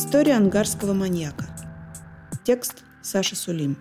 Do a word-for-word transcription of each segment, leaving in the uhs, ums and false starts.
История ангарского маньяка. Текст Саша Сулим.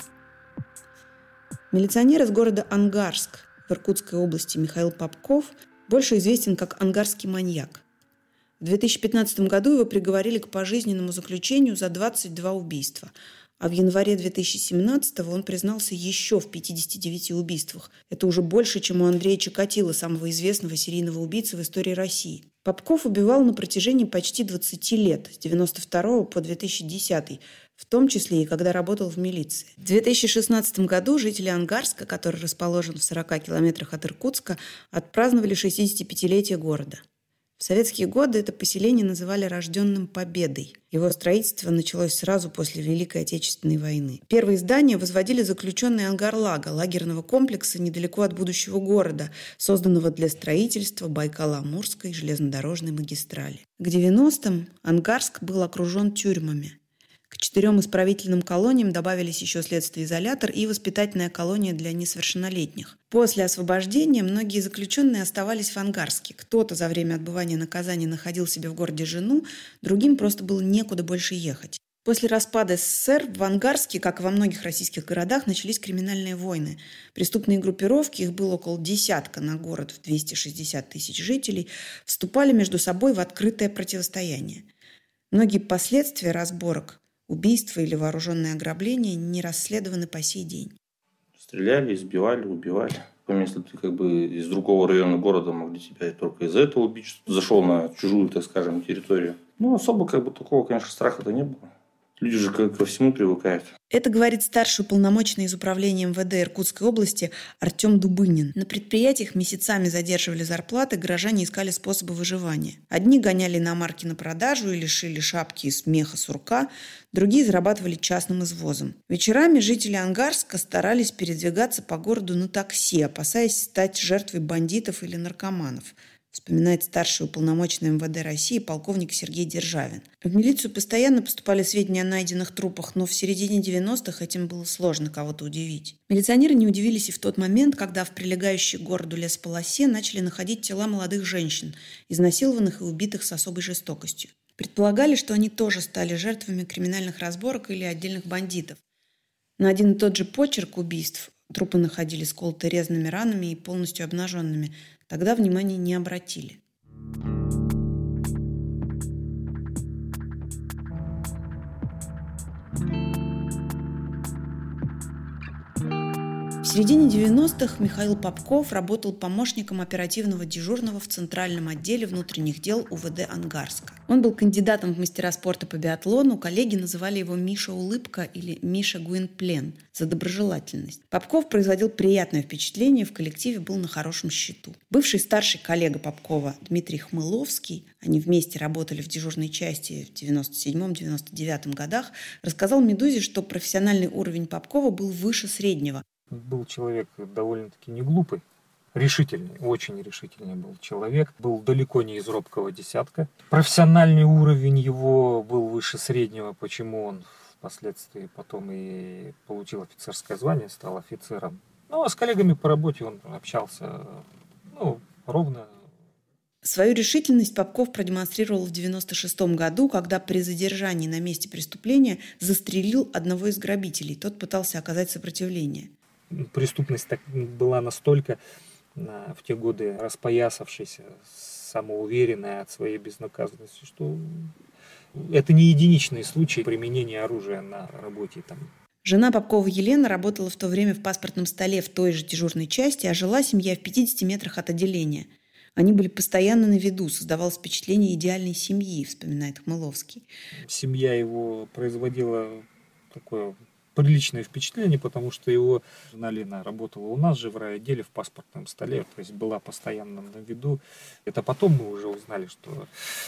Милиционер из города Ангарск в Иркутской области Михаил Попков больше известен как ангарский маньяк. В две тысячи пятнадцатом году его приговорили к пожизненному заключению за двадцать два убийства, а в январе две тысячи семнадцатого он признался еще в пятидесяти девяти убийствах. Это уже больше, чем у Андрея Чикатило, самого известного серийного убийцы в истории России. Попков убивал на протяжении почти двадцати лет, с девяносто второго по две тысячи десятый, в том числе и когда работал в милиции. В две тысячи шестнадцатом году жители Ангарска, который расположен в сорока километрах от Иркутска, отпраздновали шестидесятипятилетие города. В советские годы это поселение называли «Рожденным Победой». Его строительство началось сразу после Великой Отечественной войны. Первые здания возводили заключенные Ангарлага, лагерного комплекса недалеко от будущего города, созданного для строительства Байкало-Амурской железнодорожной магистрали. К девяностым Ангарск был окружен тюрьмами. К четырем исправительным колониям добавились еще следственный изолятор и воспитательная колония для несовершеннолетних. После освобождения многие заключенные оставались в Ангарске. Кто-то за время отбывания наказания находил себе в городе жену, другим просто было некуда больше ехать. После распада СССР в Ангарске, как и во многих российских городах, начались криминальные войны. Преступные группировки, их было около десятка на город в двести шестьдесят тысяч жителей, вступали между собой в открытое противостояние. Многие последствия разборок, убийства или вооруженные ограбления не расследованы по сей день. Стреляли, избивали, убивали. Если ты как бы из другого района города могли тебя только из-за этого убить, что ты зашел на чужую, так скажем, территорию. Ну, особо как бы такого, конечно, страха-то не было. Люди же ко всему привыкают. Это говорит старший уполномоченный из управления эм вэ дэ Иркутской области Артем Дубынин. На предприятиях месяцами задерживали зарплаты, горожане искали способы выживания. Одни гоняли иномарки на продажу или шили шапки из меха сурка, другие зарабатывали частным извозом. Вечерами жители Ангарска старались передвигаться по городу на такси, опасаясь стать жертвой бандитов или наркоманов, вспоминает старший уполномоченный эм вэ дэ России полковник Сергей Державин. В милицию постоянно поступали сведения о найденных трупах, но в середине девяностых этим было сложно кого-то удивить. Милиционеры не удивились и в тот момент, когда в прилегающей к городу лесополосе начали находить тела молодых женщин, изнасилованных и убитых с особой жестокостью. Предполагали, что они тоже стали жертвами криминальных разборок или отдельных бандитов. На один и тот же почерк убийств трупы находили сколоты резными ранами и полностью обнаженными. Тогда внимания не обратили. В середине девяностых Михаил Попков работал помощником оперативного дежурного в Центральном отделе внутренних дел у вэ дэ Ангарска. Он был кандидатом в мастера спорта по биатлону, коллеги называли его Миша Улыбка или Миша Гуинплен за доброжелательность. Попков производил приятное впечатление, в коллективе был на хорошем счету. Бывший старший коллега Попкова Дмитрий Хмыловский, они вместе работали в дежурной части в девяносто седьмом — девяносто девятом годах, рассказал «Медузе», что профессиональный уровень Попкова был выше среднего. Был человек довольно-таки не глупый, решительный, очень решительный был человек. Был далеко не из робкого десятка. Профессиональный уровень его был выше среднего, почему он впоследствии потом и получил офицерское звание, стал офицером. Ну, а с коллегами по работе он общался, ну, ровно. Свою решительность Попков продемонстрировал в девяносто шестом году, когда при задержании на месте преступления застрелил одного из грабителей. Тот пытался оказать сопротивление. Преступность так была настолько в те годы распоясавшейся, самоуверенная от своей безнаказанности, что это не единичный случай применения оружия на работе. Там. Жена Попкова Елена работала в то время в паспортном столе в той же дежурной части, а жила семья в пятидесяти метрах от отделения. Они были постоянно на виду, создавалось впечатление идеальной семьи, вспоминает Хмыловский. Семья его производила такое приличное впечатление, потому что его жена Лена работала у нас же в райотделе в паспортном столе, то есть была постоянно на виду. Это потом мы уже узнали, что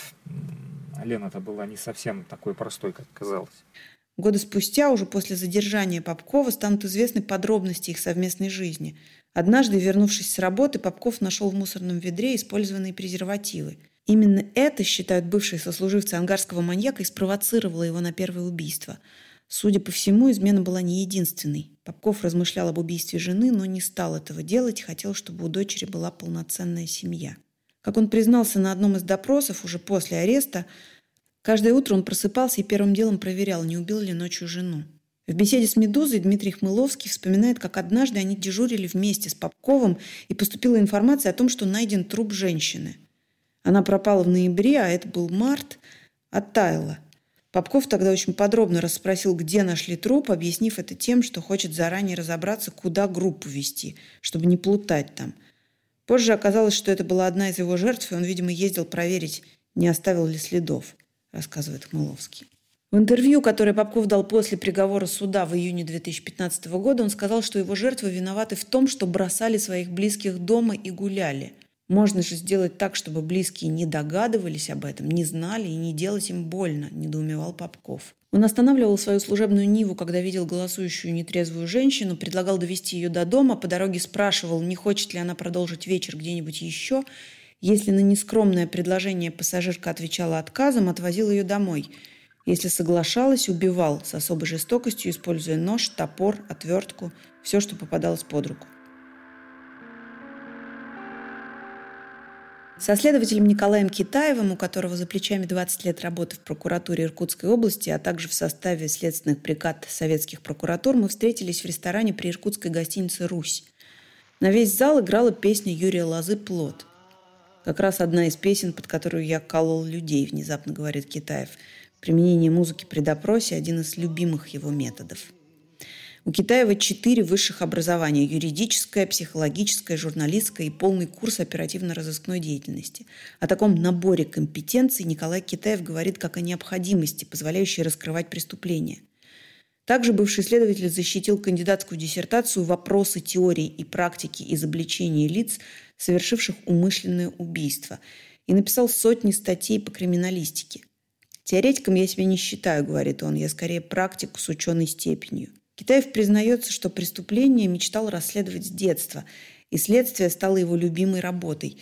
Лена-то была не совсем такой простой, как казалось. Годы спустя, уже после задержания Попкова, станут известны подробности их совместной жизни. Однажды, вернувшись с работы, Попков нашел в мусорном ведре использованные презервативы. Именно это, считают бывшие сослуживцы ангарского маньяка, и спровоцировало его на первое убийство. Судя по всему, измена была не единственной. Попков размышлял об убийстве жены, но не стал этого делать, хотел, чтобы у дочери была полноценная семья. Как он признался на одном из допросов уже после ареста, Каждое утро он просыпался и первым делом проверял, не убил ли ночью жену. В беседе с «Медузой» Дмитрий Хмыловский вспоминает, как однажды они дежурили вместе с Попковым, и поступила информация о том, что найден труп женщины. Она пропала в ноябре, а это был март, оттаяла. Попков тогда очень подробно расспросил, где нашли труп, объяснив это тем, что хочет заранее разобраться, куда группу вести, чтобы не плутать там. Позже оказалось, что это была одна из его жертв, и он, видимо, ездил проверить, не оставил ли следов, рассказывает Хмыловский. В интервью, которое Попков дал после приговора суда в июне две тысячи пятнадцатого года, он сказал, что его жертвы виноваты в том, что бросали своих близких дома и гуляли. Можно же сделать так, чтобы близкие не догадывались об этом, не знали и не делать им больно, недоумевал Попков. Он останавливал свою служебную Ниву, когда видел голосующую нетрезвую женщину, предлагал довести ее до дома, по дороге спрашивал, не хочет ли она продолжить вечер где-нибудь еще. Если на нескромное предложение пассажирка отвечала отказом, отвозил ее домой. Если соглашалась, убивал с особой жестокостью, используя нож, топор, отвертку, все, что попадалось под руку. Со следователем Николаем Китаевым, у которого за плечами двадцать лет работы в прокуратуре Иркутской области, а также в составе следственных бригад советских прокуратур, мы встретились в ресторане при иркутской гостинице «Русь». На весь зал играла песня Юрия Лозы «Плот». Как раз одна из песен, под которую я колол людей, внезапно говорит Китаев. Применение музыки при допросе – один из любимых его методов. У Китаева четыре высших образования – юридическое, психологическое, журналистское и полный курс оперативно-розыскной деятельности. О таком наборе компетенций Николай Китаев говорит как о необходимости, позволяющей раскрывать преступления. Также бывший следователь защитил кандидатскую диссертацию «Вопросы теории и практики изобличения лиц, совершивших умышленное убийство», и написал сотни статей по криминалистике. «Теоретиком я себя не считаю, — говорит он, — я скорее практик с ученой степенью». Китаев признается, что преступление мечтал расследовать с детства, и следствие стало его любимой работой.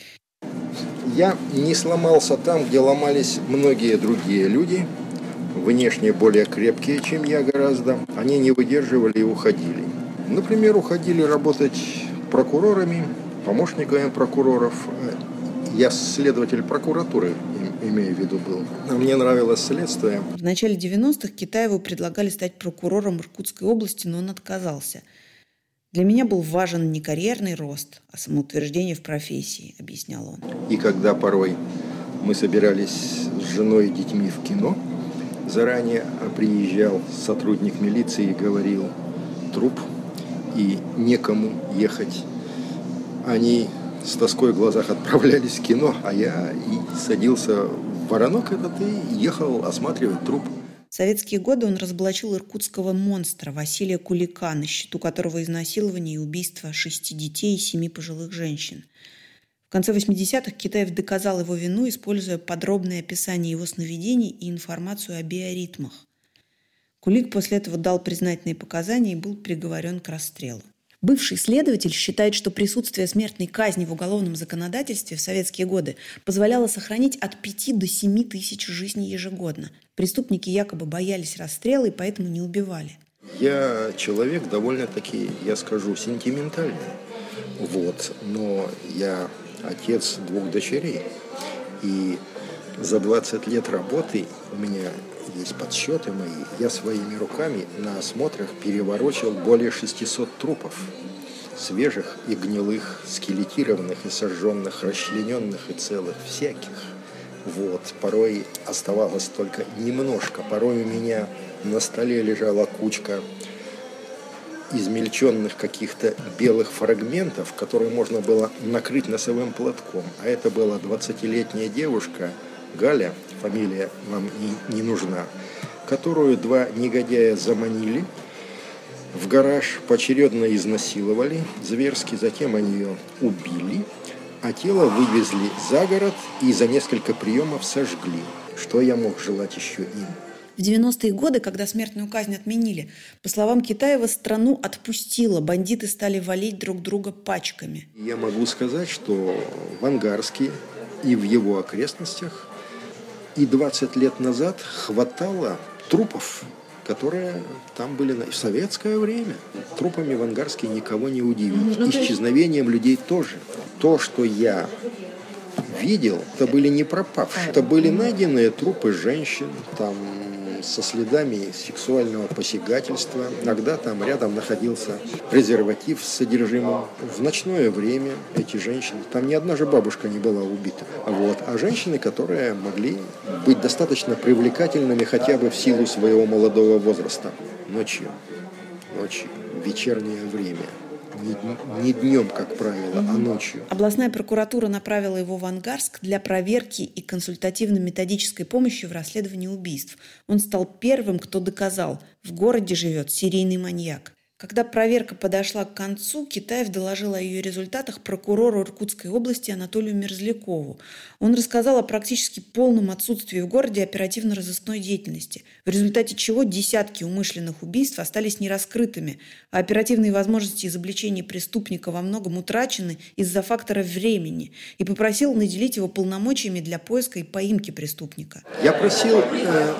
Я не сломался там, где ломались многие другие люди, внешне более крепкие, чем я гораздо. Они не выдерживали и уходили. Например, уходили работать прокурорами, помощниками прокуроров. Я следователь прокуратуры, имею в виду, был. Мне нравилось следствие. В начале девяностых Китаеву предлагали стать прокурором Иркутской области, но он отказался. «Для меня был важен не карьерный рост, а самоутверждение в профессии», — объяснял он. И когда порой мы собирались с женой и детьми в кино, заранее приезжал сотрудник милиции и говорил: труп, и некому ехать. Они с тоской в глазах отправлялись в кино, а я и садился в воронок этот и ехал осматривать труп. В советские годы он разоблачил иркутского монстра Василия Кулика, на счету которого изнасилование и убийство шести детей и семи пожилых женщин. В конце восьмидесятых Китаев доказал его вину, используя подробное описание его сновидений и информацию о биоритмах. Кулик после этого дал признательные показания и был приговорен к расстрелу. Бывший следователь считает, что присутствие смертной казни в уголовном законодательстве в советские годы позволяло сохранить от пяти до семи тысяч жизней ежегодно. Преступники якобы боялись расстрела и поэтому не убивали. Я человек довольно-таки, я скажу, сентиментальный. Вот. Но я отец двух дочерей. И за двадцать лет работы у меня есть подсчеты мои. Я своими руками на осмотрах переворочил более шестисот трупов. Свежих и гнилых, скелетированных и сожженных, расчлененных и целых, всяких. Вот. Порой оставалось только немножко. Порой у меня на столе лежала кучка измельченных каких-то белых фрагментов, которые можно было накрыть носовым платком. А это была двадцатилетняя девушка, Галя, фамилия вам не, не нужна, которую два негодяя заманили в гараж, поочередно изнасиловали зверски, затем они ее убили, а тело вывезли за город и за несколько приемов сожгли. Что я мог желать еще им? В девяностые годы, когда смертную казнь отменили, по словам Китаева, страну отпустило, бандиты стали валить друг друга пачками. Я могу сказать, что в Ангарске и в его окрестностях и двадцать лет назад хватало трупов, которые там были в советское время. Трупами в Ангарске никого не удивить. Исчезновением людей тоже. То, что я видел, это были не пропавшие. Это были найденные трупы женщин, там, со следами сексуального посягательства. Иногда там рядом находился презерватив с содержимым. В ночное время эти женщины, там ни одна же бабушка не была убита. Вот. А женщины, которые могли быть достаточно привлекательными хотя бы в силу своего молодого возраста. Ночью, ночью, в вечернее время. Не, не днем, как правило, а ночью. Областная прокуратура направила его в Ангарск для проверки и консультативно-методической помощи в расследовании убийств. Он стал первым, кто доказал, в городе живет серийный маньяк. Когда проверка подошла к концу, Китаев доложил о ее результатах прокурору Иркутской области Анатолию Мерзлякову. Он рассказал о практически полном отсутствии в городе оперативно-розыскной деятельности, в результате чего десятки умышленных убийств остались нераскрытыми, а оперативные возможности изобличения преступника во многом утрачены из-за фактора времени, и попросил наделить его полномочиями для поиска и поимки преступника. Я просил э,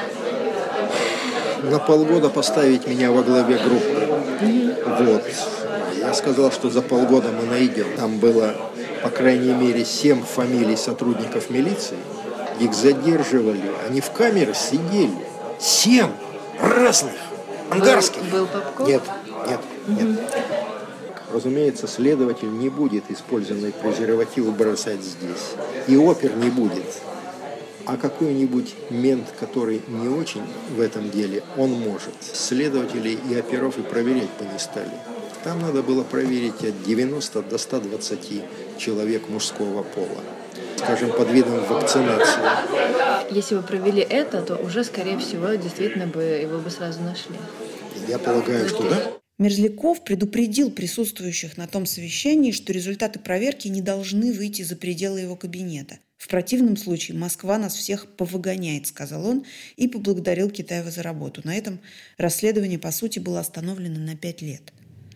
на полгода поставить меня во главе группы. Вот. Я сказал, что за полгода мы найдем. Там было, по крайней мере, семь фамилий сотрудников милиции. Их задерживали. Они в камерах сидели. Семь разных. Ангарских. Был, был Попков? Нет, нет, нет. Разумеется, следователь не будет использованный презерватив бросать здесь. И опер не будет. А какой-нибудь мент, который не очень в этом деле, он может. Следователей и оперов и проверять бы не стали. Там надо было проверить от девяноста до ста двадцати человек мужского пола. Скажем, под видом вакцинации. Если бы провели это, то уже, скорее всего, действительно бы его бы сразу нашли. Я полагаю, что да. Мерзляков предупредил присутствующих на том совещании, что результаты проверки не должны выйти за пределы его кабинета. В противном случае Москва нас всех повыгоняет, сказал он, и поблагодарил Китаева за работу. На этом расследование, по сути, было остановлено на пять лет.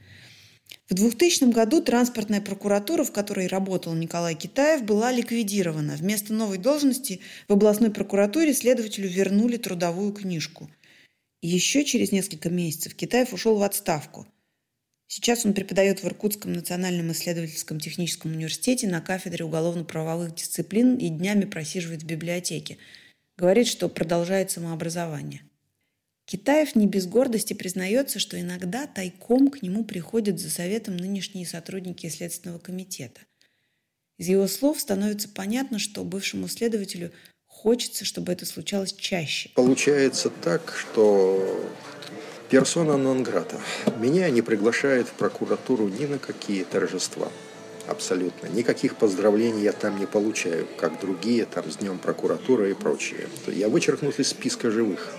В двухтысячном году транспортная прокуратура, в которой работал Николай Китаев, была ликвидирована. Вместо новой должности в областной прокуратуре следователю вернули трудовую книжку. И еще через несколько месяцев Китаев ушел в отставку. Сейчас он преподает в Иркутском национальном исследовательском техническом университете на кафедре уголовно-правовых дисциплин и днями просиживает в библиотеке. Говорит, что продолжает самообразование. Китаев не без гордости признается, что иногда тайком к нему приходят за советом нынешние сотрудники Следственного комитета. Из его слов становится понятно, что бывшему следователю хочется, чтобы это случалось чаще. Получается так, что персона нон-грата. Меня не приглашают в прокуратуру ни на какие торжества. Абсолютно. Никаких поздравлений я там не получаю, как другие, там, с Днем прокуратуры и прочее. Я вычеркнут из списка живых.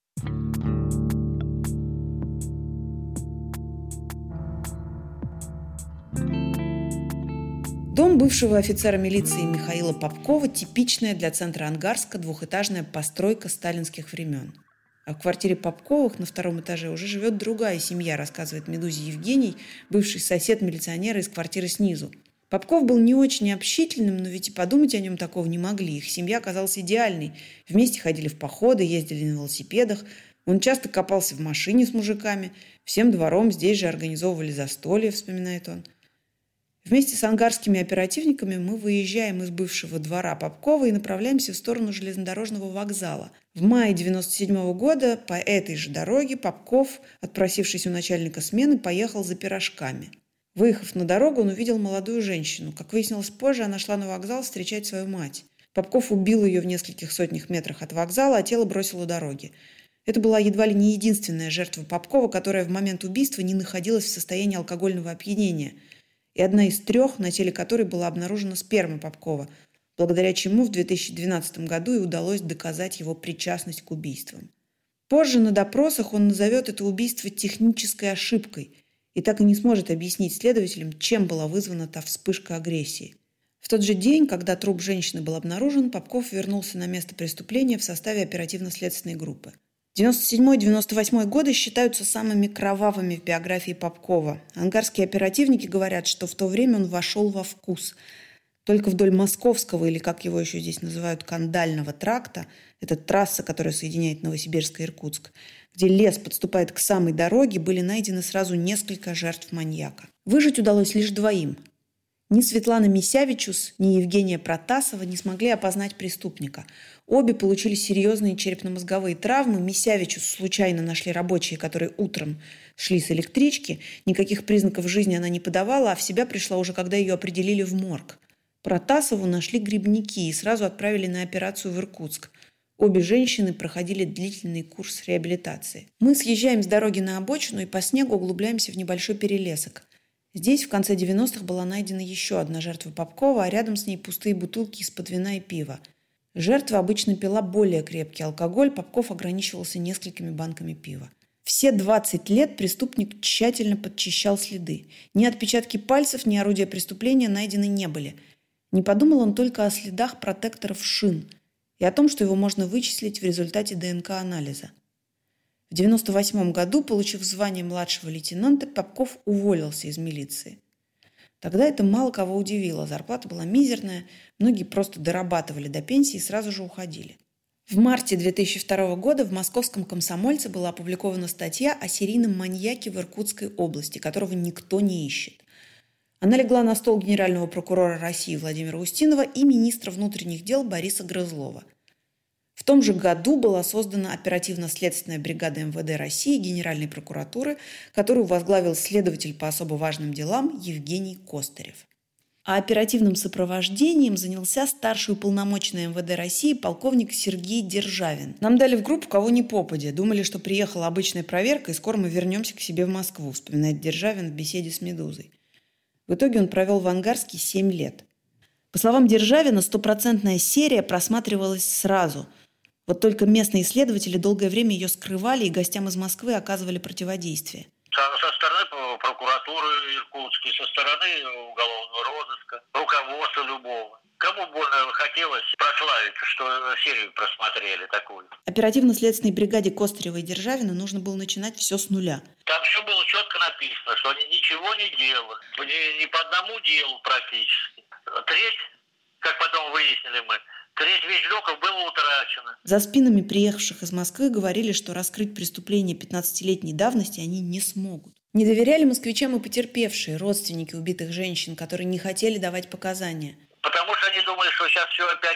Дом бывшего офицера милиции Михаила Попкова – типичная для центра Ангарска двухэтажная постройка сталинских времен. А в квартире Попковых на втором этаже уже живет другая семья, рассказывает «Медузе» Евгений, бывший сосед милиционера из квартиры снизу. Попков был не очень общительным, но ведь и подумать о нем такого не могли. Их семья оказалась идеальной. Вместе ходили в походы, ездили на велосипедах. Он часто копался в машине с мужиками. Всем двором здесь же организовывали застолье, вспоминает он. Вместе с ангарскими оперативниками мы выезжаем из бывшего двора Попкова и направляемся в сторону железнодорожного вокзала. В мае девяносто седьмого года по этой же дороге Попков, отпросившись у начальника смены, поехал за пирожками. Выехав на дорогу, он увидел молодую женщину. Как выяснилось позже, она шла на вокзал встречать свою мать. Попков убил ее в нескольких сотнях метрах от вокзала, а тело бросил у дороги. Это была едва ли не единственная жертва Попкова, которая в момент убийства не находилась в состоянии алкогольного опьянения, и одна из трех, на теле которой была обнаружена сперма Попкова, благодаря чему в две тысячи двенадцатом году и удалось доказать его причастность к убийствам. Позже на допросах он назовет это убийство технической ошибкой и так и не сможет объяснить следователям, чем была вызвана та вспышка агрессии. В тот же день, когда труп женщины был обнаружен, Попков вернулся на место преступления в составе оперативно-следственной группы. девяносто седьмой — девяносто восьмой годы считаются самыми кровавыми в биографии Попкова. Ангарские оперативники говорят, что в то время он вошел во вкус. Только вдоль Московского, или как его еще здесь называют, Кандального тракта, это трасса, которая соединяет Новосибирск и Иркутск, где лес подступает к самой дороге, были найдены сразу несколько жертв маньяка. Выжить удалось лишь двоим. Ни Светлана Мисявичус, ни Евгения Протасова не смогли опознать преступника. Обе получили серьезные черепно-мозговые травмы. Мисявичус случайно нашли рабочие, которые утром шли с электрички. Никаких признаков жизни она не подавала, а в себя пришла уже, когда ее определили в морг. Протасову нашли грибники и сразу отправили на операцию в Иркутск. Обе женщины проходили длительный курс реабилитации. Мы съезжаем с дороги на обочину и по снегу углубляемся в небольшой перелесок. Здесь в конце девяностых была найдена еще одна жертва Попкова, а рядом с ней пустые бутылки из-под вина и пива. Жертва обычно пила более крепкий алкоголь, Попков ограничивался несколькими банками пива. Все двадцать лет преступник тщательно подчищал следы. Ни отпечатки пальцев, ни орудия преступления найдены не были. Не подумал он только о следах протекторов шин и о том, что его можно вычислить в результате ДНК-анализа. В девяносто восьмом году, получив звание младшего лейтенанта, Попков уволился из милиции. Тогда это мало кого удивило. Зарплата была мизерная, многие просто дорабатывали до пенсии и сразу же уходили. В марте две тысячи второго года в московском «Комсомольце» была опубликована статья о серийном маньяке в Иркутской области, которого никто не ищет. Она легла на стол генерального прокурора России Владимира Устинова и министра внутренних дел Бориса Грызлова. В том же году была создана оперативно-следственная бригада эм вэ дэ России Генеральной прокуратуры, которую возглавил следователь по особо важным делам Евгений Костырев. А оперативным сопровождением занялся старший уполномоченный эм вэ дэ России полковник Сергей Державин. Нам дали в группу кого ни попадя. Думали, что приехала обычная проверка, и скоро мы вернемся к себе в Москву, вспоминает Державин в беседе с «Медузой». В итоге он провел в Ангарске семь лет. По словам Державина, стопроцентная серия просматривалась сразу. Вот только местные исследователи долгое время ее скрывали и гостям из Москвы оказывали противодействие. Со стороны прокуратуры Иркутской, со стороны уголовного розыска, руководства любого. Кому больно хотелось прославиться, что серию просмотрели такую. Оперативно-следственной бригаде Костырева и Державина нужно было начинать все с нуля. Там все было четко написано, что они ничего не делали. Ни, ни по одному делу практически. Треть, как потом выяснили мы, треть вещдоков было утрачено. За спинами приехавших из Москвы говорили, что раскрыть преступление пятнадцатилетней давности они не смогут. Не доверяли москвичам и потерпевшие, родственники убитых женщин, которые не хотели давать показания. Потому что они думали, что сейчас все опять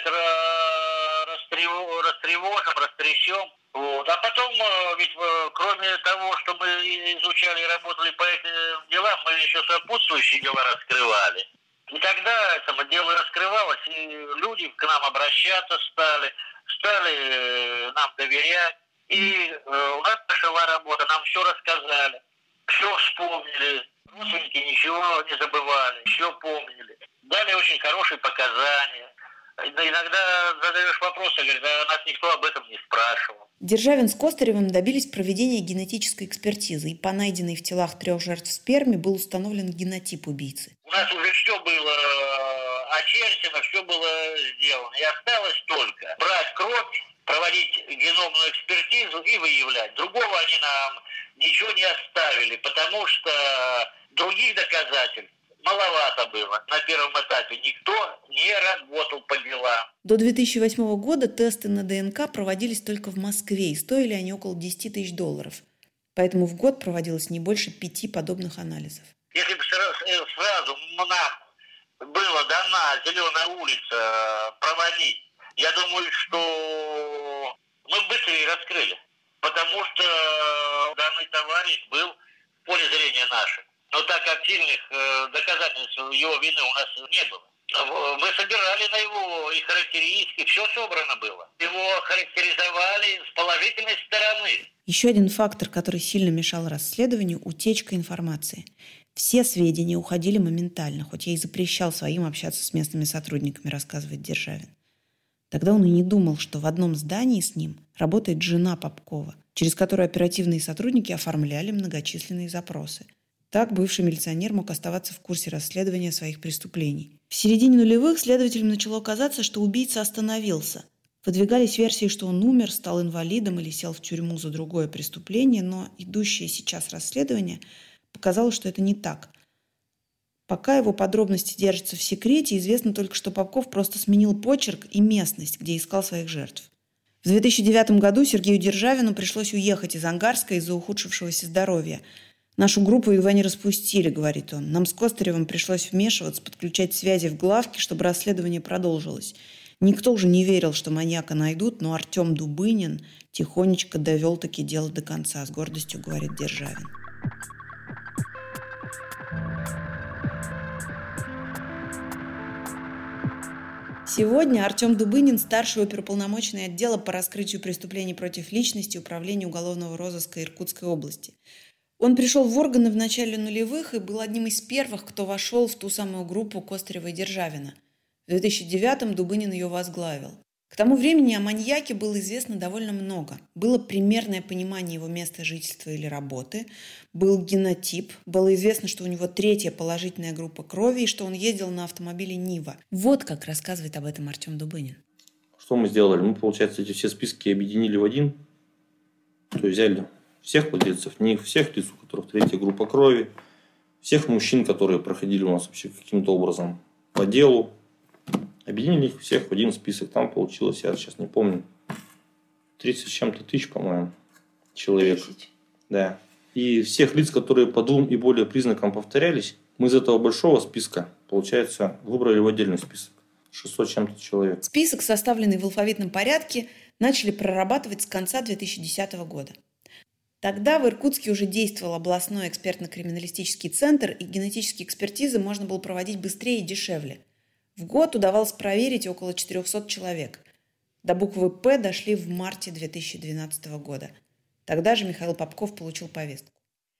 растревожим, растрясем. Вот. А потом, ведь кроме того, что мы изучали и работали по этим делам, мы еще сопутствующие дела раскрывали. И тогда это дело раскрывалось, и люди к нам обращаться стали, стали нам доверять. И э, у нас пошла работа, нам все рассказали, все вспомнили. Родственники ничего не забывали, все помнили. Дали очень хорошие показания. Иногда задаешь вопросы, говорят, а нас никто об этом не спрашивал. Державин с Костыревым добились проведения генетической экспертизы, и по найденной в телах трех жертв сперме был установлен генотип убийцы. У нас уже все было очерчено, все было сделано. И осталось только брать кровь, проводить геномную экспертизу и выявлять. Другого они нам ничего не оставили, потому что других доказательств маловато было. На первом этапе никто не работал по делам. До две тысячи восьмого года тесты на ДНК проводились только в Москве, и стоили они около десять тысяч долларов. Поэтому в год проводилось не больше пяти подобных анализов. Если бы сразу нам была дана зеленая улица проводить, я думаю, что мы быстрее раскрыли. Потому что данный товарищ был в поле зрения наших. Но так как сильных э, доказательств его вины у нас не было. Мы собирали на его и характеристики, все собрано было. Его характеризовали с положительной стороны. Еще один фактор, который сильно мешал расследованию – утечка информации. Все сведения уходили моментально, хоть я и запрещал своим общаться с местными сотрудниками, рассказывает Державин. Тогда он и не думал, что в одном здании с ним работает жена Попкова, через которую оперативные сотрудники оформляли многочисленные запросы. Так бывший милиционер мог оставаться в курсе расследования своих преступлений. В середине нулевых следователям начало казаться, что убийца остановился. Выдвигались версии, что он умер, стал инвалидом или сел в тюрьму за другое преступление, но идущее сейчас расследование показало, что это не так. Пока его подробности держатся в секрете, известно только, что Попков просто сменил почерк и местность, где искал своих жертв. В две тысячи девятом году Сергею Державину пришлось уехать из Ангарска из-за ухудшившегося здоровья. Нашу группу едва не распустили, говорит он. Нам с Костыревым пришлось вмешиваться, подключать связи в главке, чтобы расследование продолжилось. Никто уже не верил, что маньяка найдут, но Артем Дубынин тихонечко довел таки дело до конца, с гордостью говорит Державин. Сегодня Артем Дубынин, старший оперуполномоченный отдела по раскрытию преступлений против личности Управления уголовного розыска Иркутской области. Он пришел в органы в начале нулевых и был одним из первых, кто вошел в ту самую группу Костырева и Державина. В две тысячи девятом Дубынин ее возглавил. К тому времени о маньяке было известно довольно много. Было примерное понимание его места жительства или работы, был генотип, было известно, что у него третья положительная группа крови и что он ездил на автомобиле «Нива». Вот как рассказывает об этом Артем Дубынин. Что мы сделали? Мы, получается, эти все списки объединили в один. То есть взяли всех владельцев НИФ, всех лиц, у которых третья группа крови, всех мужчин, которые проходили у нас вообще каким-то образом по делу. Объединили их всех в один список. Там получилось, я сейчас не помню, тридцать с чем-то тысяч, по-моему, человек. тридцать. Да. И всех лиц, которые по двум и более признакам повторялись, мы из этого большого списка, получается, выбрали в отдельный список. шестьсот с чем-то человек. Список, составленный в алфавитном порядке, начали прорабатывать с конца две тысячи десятого года. Тогда в Иркутске уже действовал областной экспертно-криминалистический центр, и генетические экспертизы можно было проводить быстрее и дешевле. В год удавалось проверить около четырехсот человек. До буквы «П» дошли в марте две тысячи двенадцатого года. Тогда же Михаил Попков получил повестку.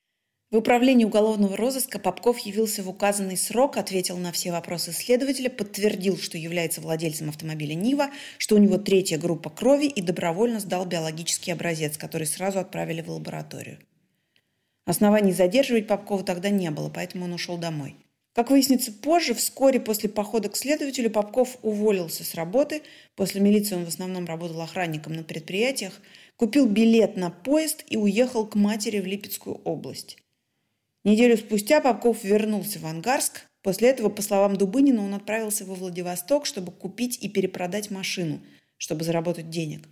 В управлении уголовного розыска Попков явился в указанный срок, ответил на все вопросы следователя, подтвердил, что является владельцем автомобиля «Нива», что у него третья группа крови и добровольно сдал биологический образец, который сразу отправили в лабораторию. Оснований задерживать Попкова тогда не было, поэтому он ушел домой. Как выяснится позже, вскоре после похода к следователю Попков уволился с работы. После милиции он в основном работал охранником на предприятиях, купил билет на поезд и уехал к матери в Липецкую область. Неделю спустя Попков вернулся в Ангарск. После этого, по словам Дубынина, он отправился во Владивосток, чтобы купить и перепродать машину, чтобы заработать денег.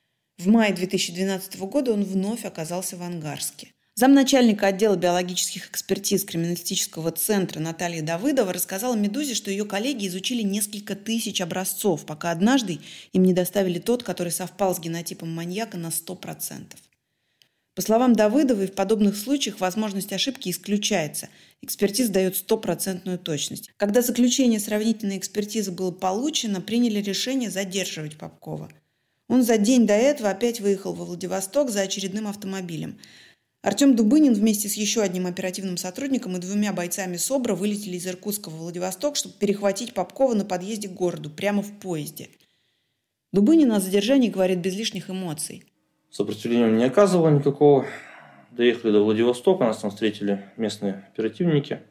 В мае две тысячи двенадцатого года он вновь оказался в Ангарске. Замначальника отдела биологических экспертиз криминалистического центра Наталья Давыдова рассказала «Медузе», что ее коллеги изучили несколько тысяч образцов, пока однажды им не доставили тот, который совпал с генотипом маньяка на сто процентов. По словам Давыдовой, в подобных случаях возможность ошибки исключается. Экспертиза дает стопроцентную точность. Когда заключение сравнительной экспертизы было получено, приняли решение задерживать Попкова. Он за день до этого опять выехал во Владивосток за очередным автомобилем. Артем Дубынин вместе с еще одним оперативным сотрудником и двумя бойцами СОБРа вылетели из Иркутска в Владивосток, чтобы перехватить Попкова на подъезде к городу, прямо в поезде. Дубынин о задержании говорит без лишних эмоций. Сопротивления не оказывало никакого. Доехали до Владивостока, нас там встретили местные оперативники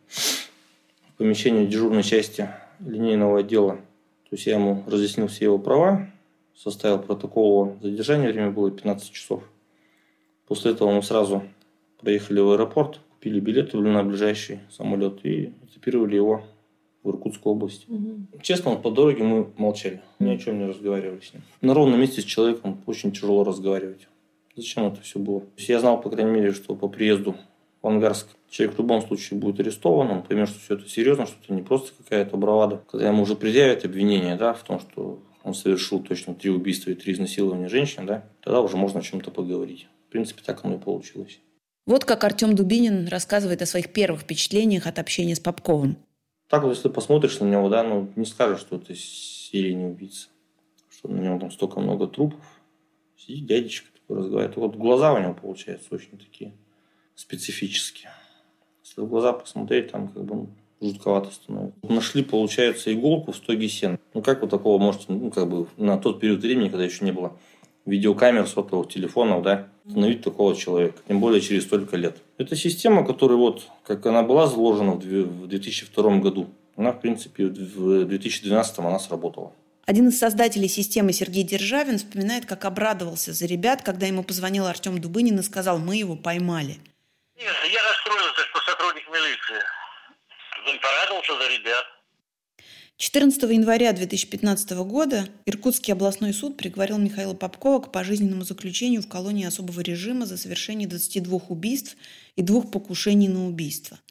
в помещении дежурной части линейного отдела. То есть я ему разъяснил все его права, составил протокол о задержании, время было пятнадцать часов. После этого мы сразу проехали в аэропорт, купили билеты на ближайший самолет и экипировали его в Иркутскую область. Угу. Честно, по дороге мы молчали, ни о чем не разговаривали с ним. На ровном месте с человеком очень тяжело разговаривать. Зачем это все было? Я знал, по крайней мере, что по приезду в Ангарск человек в любом случае будет арестован, он поймет, что все это серьезно, что это не просто какая-то бравада. Когда ему уже предъявят обвинение, да, в том, что он совершил точно три убийства и три изнасилования женщин, да, тогда уже можно о чем-то поговорить. В принципе, так оно и получилось. Вот как Артем Дубынин рассказывает о своих первых впечатлениях от общения с Попковым. Так вот, если посмотришь на него, да, ну, не скажешь, что это серийный убийца. Что на нем там столько много трупов. Сидит дядечка такой разговаривает. Вот глаза у него, получается, очень такие специфические. Если в глаза посмотреть, там как бы ну, жутковато становится. Нашли, получается, иголку в стоге сена. Ну, как вы такого можете, ну, как бы на тот период времени, когда еще не было видеокамер, сотовых телефонов, да, установить такого человека, тем более через столько лет. Это система, которая вот, как она была заложена в две тысячи втором году, она, в принципе, в две тысячи двенадцатом она сработала. Один из создателей системы Сергей Державин вспоминает, как обрадовался за ребят, когда ему позвонил Артем Дубынин и сказал: «Мы его поймали». Нет, я расстроился, что сотрудник милиции. Порадовался за ребят. четырнадцатого января две тысячи пятнадцатого года Иркутский областной суд приговорил Михаила Попкова к пожизненному заключению в колонии особого режима за совершение двадцати двух убийств и двух покушений на убийство.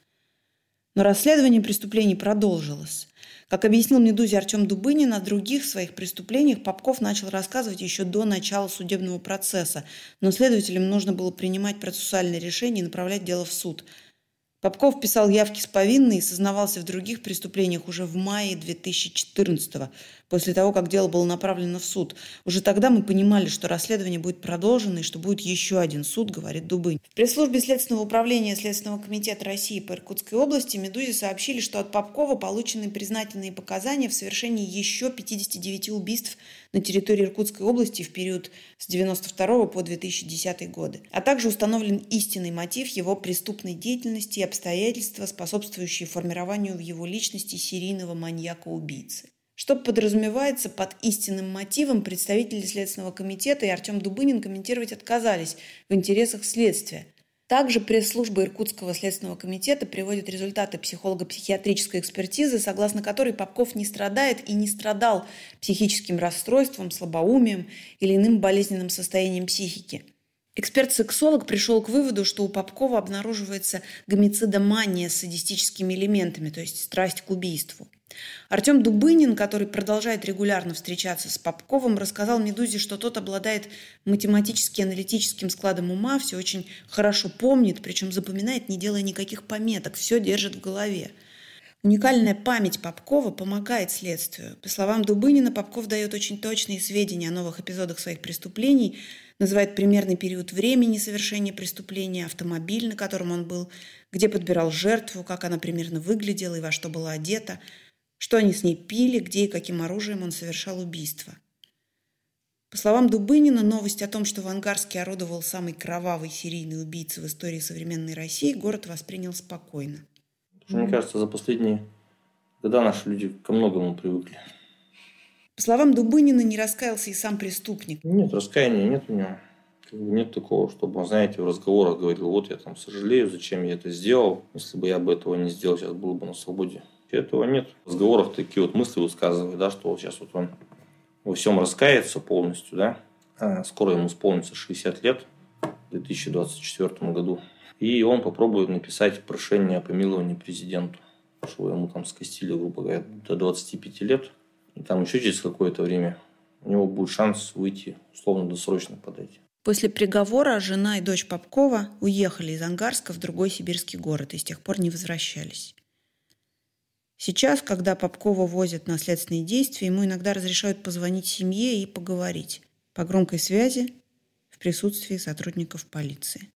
Но расследование преступлений продолжилось. Как объяснил «Медузе» Артем Дубынин, о других своих преступлениях Попков начал рассказывать еще до начала судебного процесса, но следователям нужно было принимать процессуальное решение и направлять дело в суд. Попков писал явки с повинной и сознавался в других преступлениях уже в мае две тысячи четырнадцатого, после того, как дело было направлено в суд. Уже тогда мы понимали, что расследование будет продолжено и что будет еще один суд, говорит Дубынин. В пресс-службе Следственного управления Следственного комитета России по Иркутской области «Медузе» сообщили, что от Попкова получены признательные показания в совершении еще пятидесяти девяти убийств на территории Иркутской области в период с девяносто второго по две тысячи десятый годы, а также установлен истинный мотив его преступной деятельности и обстоятельства, способствующие формированию в его личности серийного маньяка-убийцы. Что подразумевается под истинным мотивом, представители Следственного комитета и Артем Дубынин комментировать отказались в интересах следствия. Также пресс-служба Иркутского следственного комитета приводит результаты психолого-психиатрической экспертизы, согласно которой Попков не страдает и не страдал психическим расстройством, слабоумием или иным болезненным состоянием психики. Эксперт-сексолог пришел к выводу, что у Попкова обнаруживается гомицидомания с садистическими элементами, то есть страсть к убийству. Артем Дубынин, который продолжает регулярно встречаться с Попковым, рассказал «Медузе», что тот обладает математически-аналитическим складом ума, все очень хорошо помнит, причем запоминает, не делая никаких пометок, все держит в голове. Уникальная память Попкова помогает следствию. По словам Дубынина, Попков дает очень точные сведения о новых эпизодах своих преступлений, называет примерный период времени совершения преступления, автомобиль, на котором он был, где подбирал жертву, как она примерно выглядела и во что была одета, что они с ней пили, где и каким оружием он совершал убийство. По словам Дубынина, новость о том, что в Ангарске орудовал самый кровавый серийный убийца в истории современной России, город воспринял спокойно. Мне кажется, за последние года наши люди ко многому привыкли. По словам Дубынина, не раскаялся и сам преступник. Нет, раскаяния нет у него. Нет такого, чтобы он, знаете, в разговорах говорил, вот я там сожалею, зачем я это сделал. Если бы я бы этого не сделал, сейчас был бы на свободе. Этого нет. В разговорах такие вот мысли высказывают, да, что вот сейчас вот он во всем раскается полностью, да. А скоро ему исполнится шестьдесят лет в две тысячи двадцать четвёртом году. И он попробует написать прошение о помиловании президенту, что ему там скостили, грубо говоря, до двадцати пяти лет. И там еще через какое-то время у него будет шанс выйти условно-досрочно подать. После приговора жена и дочь Попкова уехали из Ангарска в другой сибирский город и с тех пор не возвращались. Сейчас, когда Попкова возят на следственные действия, ему иногда разрешают позвонить семье и поговорить по громкой связи в присутствии сотрудников полиции.